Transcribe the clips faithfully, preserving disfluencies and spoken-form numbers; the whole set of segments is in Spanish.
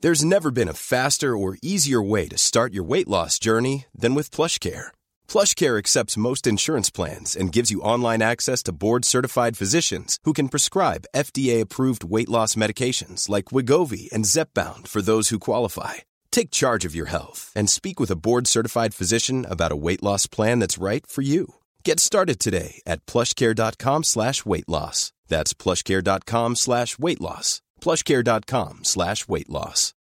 There's never been a faster or easier way to start your weight loss journey than with PlushCare. PlushCare accepts most insurance plans and gives you online access to board-certified physicians who can prescribe F D A-approved weight loss medications like Wegovy and Zepbound for those who qualify. Take charge of your health and speak with a board-certified physician about a weight loss plan that's right for you. Get started today at plushcare.com slash weight loss. That's plushcare.com slash weight loss. plushcare.com slash weight loss.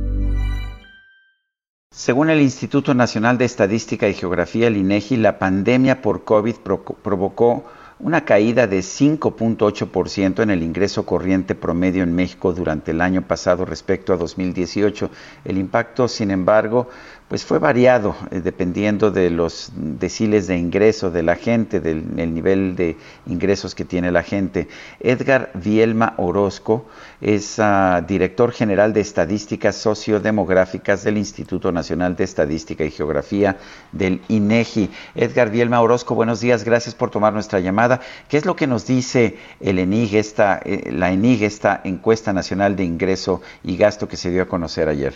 Según el Instituto Nacional de Estadística y Geografía, el INEGI, la pandemia por COVID pro- provocó una caída de cinco punto ocho por ciento en el ingreso corriente promedio en México durante el año pasado respecto a dos mil dieciocho. El impacto, sin embargo, pues fue variado eh, dependiendo de los deciles de ingreso de la gente, del el nivel de ingresos que tiene la gente. Edgar Vielma Orozco es uh, director general de Estadísticas Sociodemográficas del Instituto Nacional de Estadística y Geografía del INEGI. Edgar Vielma Orozco, buenos días, gracias por tomar nuestra llamada. ¿Qué es lo que nos dice el ENIG, esta, eh, la ENIG, esta encuesta nacional de ingreso y gasto que se dio a conocer ayer?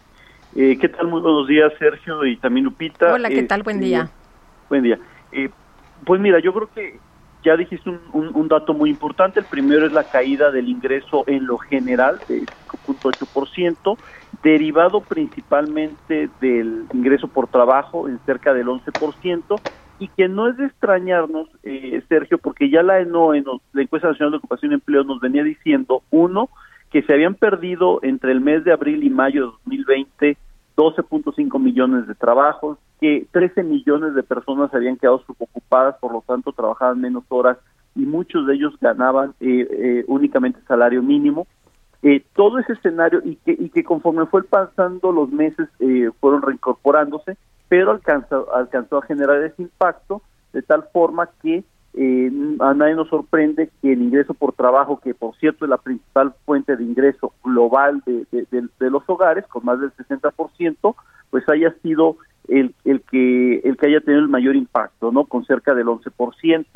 Eh, ¿Qué tal? Muy buenos días, Sergio, y también Lupita. Hola, ¿qué tal? Buen día. Eh, buen día. Eh, pues mira, yo creo que ya dijiste un, un, un dato muy importante. El primero es la caída del ingreso en lo general de cinco punto ocho por ciento, derivado principalmente del ingreso por trabajo en cerca del once por ciento, y que no es de extrañarnos, eh, Sergio, porque ya la ENOE, nos, la Encuesta Nacional de Ocupación y Empleo, nos venía diciendo, uno, que se habían perdido entre el mes de abril y mayo de dos mil veinte doce punto cinco millones de trabajos, que trece millones de personas se habían quedado subocupadas, por lo tanto trabajaban menos horas y muchos de ellos ganaban eh, eh, únicamente salario mínimo. Eh, todo ese escenario y que, y que conforme fue pasando los meses eh, fueron reincorporándose, pero alcanzó, alcanzó a generar ese impacto de tal forma que Eh, a nadie nos sorprende que el ingreso por trabajo, que por cierto es la principal fuente de ingreso global de, de, de, de los hogares, con más del sesenta por ciento, pues haya sido el, el que el que haya tenido el mayor impacto, ¿no? Con cerca del once por ciento.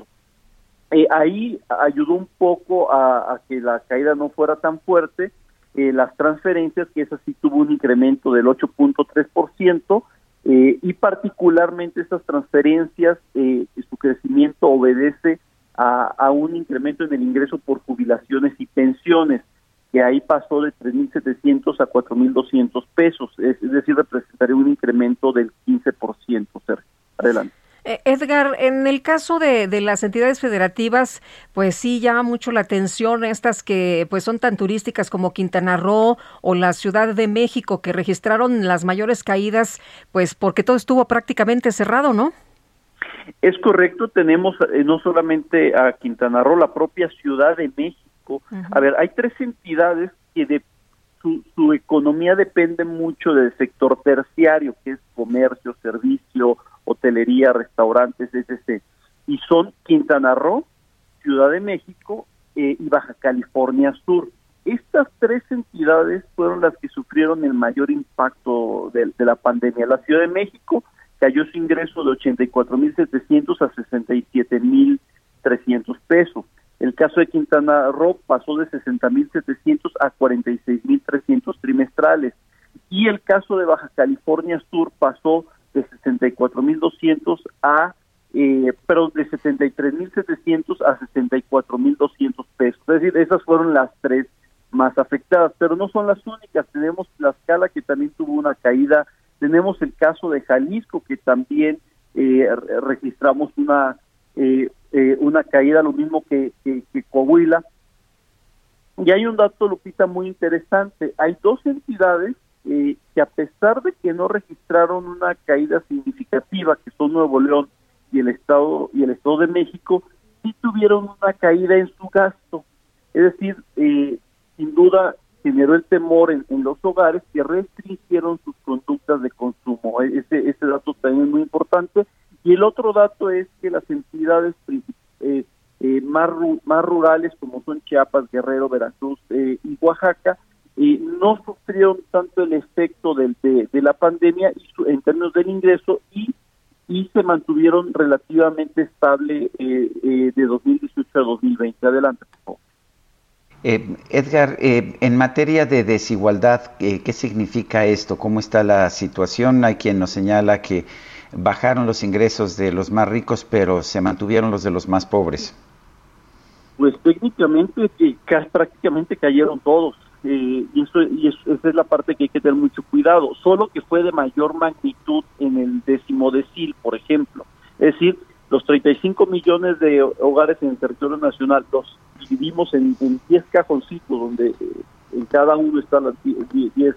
Eh, ahí ayudó un poco a, a que la caída no fuera tan fuerte, eh, las transferencias, que esa sí tuvo un incremento del ocho punto tres por ciento, Eh, y particularmente estas transferencias, eh, su crecimiento obedece a, a un incremento en el ingreso por jubilaciones y pensiones, que ahí pasó de tres mil setecientos a cuatro mil doscientos pesos, es, es decir, representaría un incremento del quince por ciento. Sergio, adelante. Edgar, en el caso de, de las entidades federativas, pues sí llama mucho la atención estas que pues son tan turísticas como Quintana Roo o la Ciudad de México, que registraron las mayores caídas, pues porque todo estuvo prácticamente cerrado, ¿no? Es correcto, tenemos eh, no solamente a Quintana Roo, la propia Ciudad de México. Uh-huh. A ver, hay tres entidades que de su, su economía depende mucho del sector terciario, que es comercio, servicio, hotelería, restaurantes, etcétera. Y son Quintana Roo, Ciudad de México eh, y Baja California Sur. Estas tres entidades fueron las que sufrieron el mayor impacto de, de la pandemia. La Ciudad de México cayó su ingreso de ochenta y cuatro mil setecientos a sesenta y siete mil trescientos pesos. El caso de Quintana Roo pasó de sesenta mil setecientos a cuarenta y seis mil trescientos trimestrales. Y el caso de Baja California Sur pasó de sesenta y cuatro mil doscientos a, eh, pero de setenta y tres mil setecientos a sesenta y cuatro mil doscientos pesos. Es decir, esas fueron las tres más afectadas, pero no son las únicas. Tenemos Tlaxcala, que también tuvo una caída. Tenemos el caso de Jalisco, que también eh, registramos una eh, eh, una caída, lo mismo que, que, que Coahuila. Y hay un dato, Lupita, muy interesante. Hay dos entidades Eh, que a pesar de que no registraron una caída significativa, que son Nuevo León y el Estado y el Estado de México, sí tuvieron una caída en su gasto. Es decir, eh, sin duda generó el temor en, en los hogares, que restringieron sus conductas de consumo. Ese, ese dato también es muy importante. Y el otro dato es que las entidades eh, eh, más, más rurales, como son Chiapas, Guerrero, Veracruz eh, y Oaxaca, Eh, no sufrieron tanto el efecto del, de, de la pandemia y su, en términos del ingreso y, y se mantuvieron relativamente estable eh, eh, de dos mil dieciocho a dos mil veinte. Adelante, por favor. Eh, Edgar, eh, en materia de desigualdad, eh, ¿qué significa esto? ¿Cómo está la situación? Hay quien nos señala que bajaron los ingresos de los más ricos, pero se mantuvieron los de los más pobres. Pues técnicamente que prácticamente cayeron todos, eh, y, eso, y eso, esa es la parte que hay que tener mucho cuidado, solo que fue de mayor magnitud en el décimo decil, por ejemplo. Es decir, los treinta y cinco millones de hogares en el territorio nacional los dividimos en, en diez cajoncitos, donde eh, en cada uno está el diez,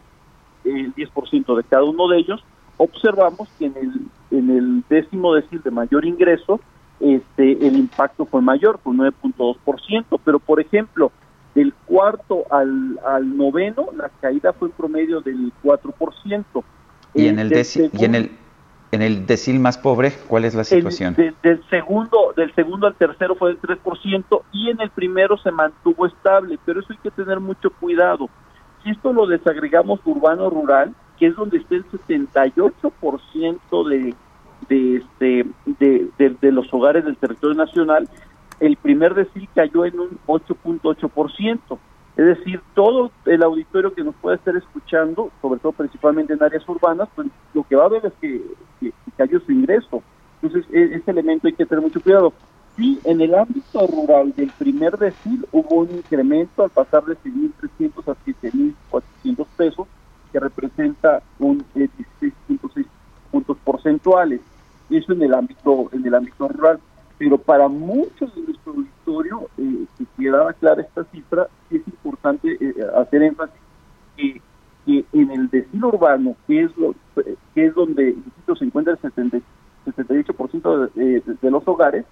el diez por ciento de cada uno de ellos. Observamos que en el, en el décimo decil de mayor ingreso, este el impacto fue mayor, con nueve punto dos por ciento, pero por ejemplo, del cuarto al, al noveno, la caída fue en promedio del cuatro por ciento. ¿Y en el, deci y en el en el decil más pobre, cuál es la situación? El, de, del segundo del segundo al tercero fue del tres por ciento y en el primero se mantuvo estable, pero eso hay que tener mucho cuidado. Si esto lo desagregamos urbano-rural, que es donde está el setenta y ocho por ciento de de este de, de, de los hogares del territorio nacional, el primer decil cayó en un ocho punto ocho por ciento. Es decir, todo el auditorio que nos pueda estar escuchando, sobre todo principalmente en áreas urbanas, pues lo que va a ver es que, que, que cayó su ingreso. Entonces, e, ese elemento hay que tener mucho cuidado. Sí, en el ámbito rural del primer decil hubo un incremento al pasar de seis mil trescientos a siete mil cuatrocientos pesos, que representa un eh, dieciséis punto seis puntos porcentuales. Eso en el ámbito en el ámbito rural. Pero para muchos de nuestro auditorio, eh, que quedaba clara esta cifra, sí es importante eh, hacer énfasis que, que en el decil urbano, que es lo que es donde insisto, se encuentra el setenta, setenta y ocho por ciento de, de, de los hogares,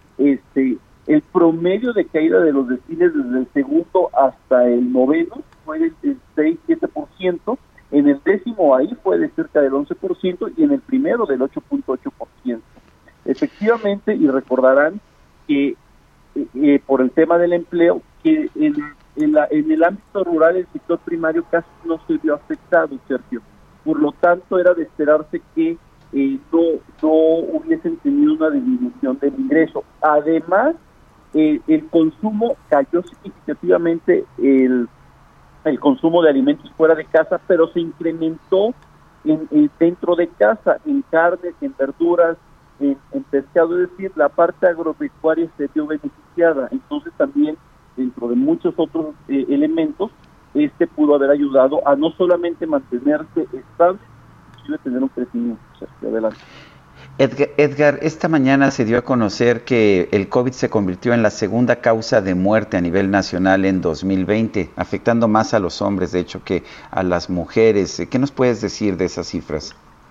este el promedio de caída de los deciles desde el segundo hasta el noveno fue del, del seis a siete por ciento, en el décimo ahí fue de cerca del once por ciento y en el primero del ocho punto ocho por ciento. Efectivamente, y recordarán que eh, eh, por el tema del empleo, que en, en, la, en el ámbito rural el sector primario casi no se vio afectado, Sergio. Por lo tanto, era de esperarse que eh, no, no hubiesen tenido una disminución del ingreso. Además, eh, el consumo cayó significativamente, el, el consumo de alimentos fuera de casa, pero se incrementó en, en dentro de casa, en carnes, en verduras, En, en pescado, es decir, la parte agropecuaria se vio beneficiada. Entonces también, dentro de muchos otros eh, elementos, este pudo haber ayudado a no solamente mantenerse estable, sino tener un crecimiento. Sergio, adelante. Edgar, Edgar, esta mañana se dio a conocer que el COVID se convirtió en la segunda causa de muerte a nivel nacional en dos mil veinte, afectando más a los hombres, de hecho, que a las mujeres. ¿Qué nos puedes decir de esas cifras?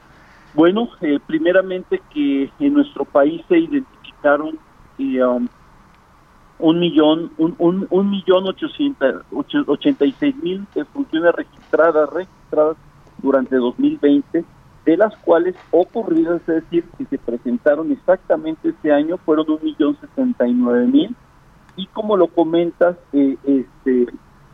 Bueno, eh, primeramente que en nuestro país se identificaron eh, um, un millón, un, un, un millón ochocientos ochenta y seis mil defunciones registradas, registradas durante dos mil veinte, de las cuales ocurridas, es decir, que se presentaron exactamente este año, fueron un millón setenta y nueve mil, y como lo comentas, eh, este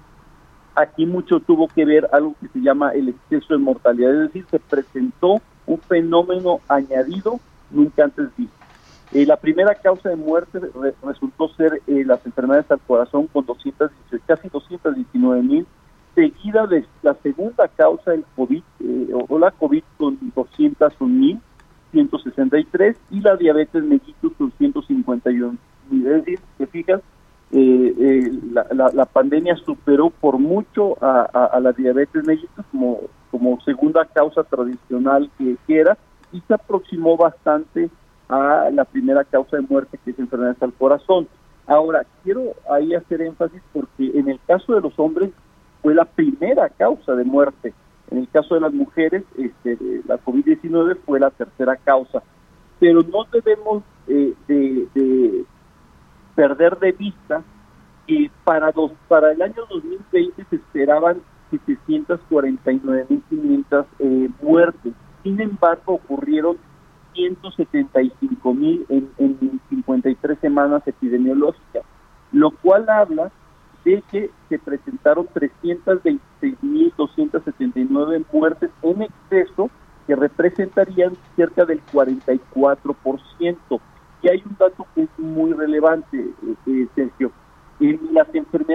aquí mucho tuvo que ver algo que se llama el exceso de mortalidad, es decir, se presentó un fenómeno añadido nunca antes visto. Eh, la primera causa de muerte re resultó ser eh, las enfermedades al corazón con doscientos dieciocho, casi doscientos diecinueve mil, seguida de la segunda causa, el COVID, eh, o, o la COVID con doscientos un mil, ciento sesenta y tres, y la diabetes mellitus con ciento cincuenta y uno mil. Es decir, te fijas, eh, eh, la, la, la pandemia superó por mucho a, a, a la diabetes mellitus como como segunda causa tradicional que, que era, y se aproximó bastante a la primera causa de muerte, que es enfermedades al corazón. Ahora, quiero ahí hacer énfasis porque en el caso de los hombres fue la primera causa de muerte. En el caso de las mujeres, este, la COVID diecinueve fue la tercera causa. Pero no debemos eh, de, de perder de vista que para, dos, para el año dos mil veinte se esperaban setecientas cuarenta y nueve mil quinientas eh, muertes. Sin embargo, ocurrieron ciento setenta y cinco mil en, en cincuenta y tres semanas epidemiológicas, lo cual habla de que se presentaron trescientas veintiséis mil doscientas setenta y nueve muertes en exceso, que representarían cerca del cuarenta y cuatro por ciento. Y hay un dato que es muy relevante, eh, eh, Sergio. En las enfermedades del corazón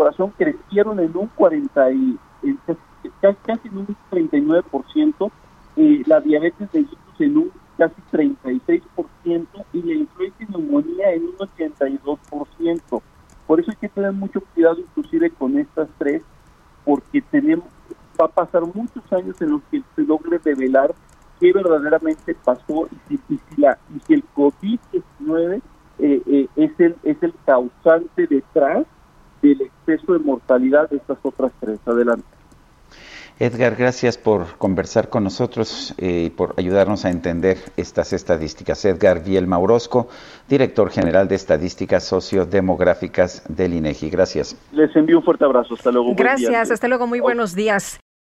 corazón crecieron en un cuarenta y casi, casi en un treinta y nueve por ciento, eh, la diabetes mellitus en un casi treinta y seis por ciento y la influenza y neumonía en un ochenta y dos por ciento. Por eso hay que tener mucho cuidado inclusive con estas tres, porque tenemos va a pasar muchos años en los que se logre revelar qué verdaderamente pasó y si, y si, la, y si el COVID diecinueve eh, eh, es, el, es el causante detrás del exceso de mortalidad de estas otras tres. Adelante. Edgar, gracias por conversar con nosotros y eh, por ayudarnos a entender estas estadísticas. Edgar Vielma Orozco, director general de Estadísticas Sociodemográficas del INEGI. Gracias. Les envío un fuerte abrazo. Hasta luego. Gracias. Hasta luego. Muy buenos días.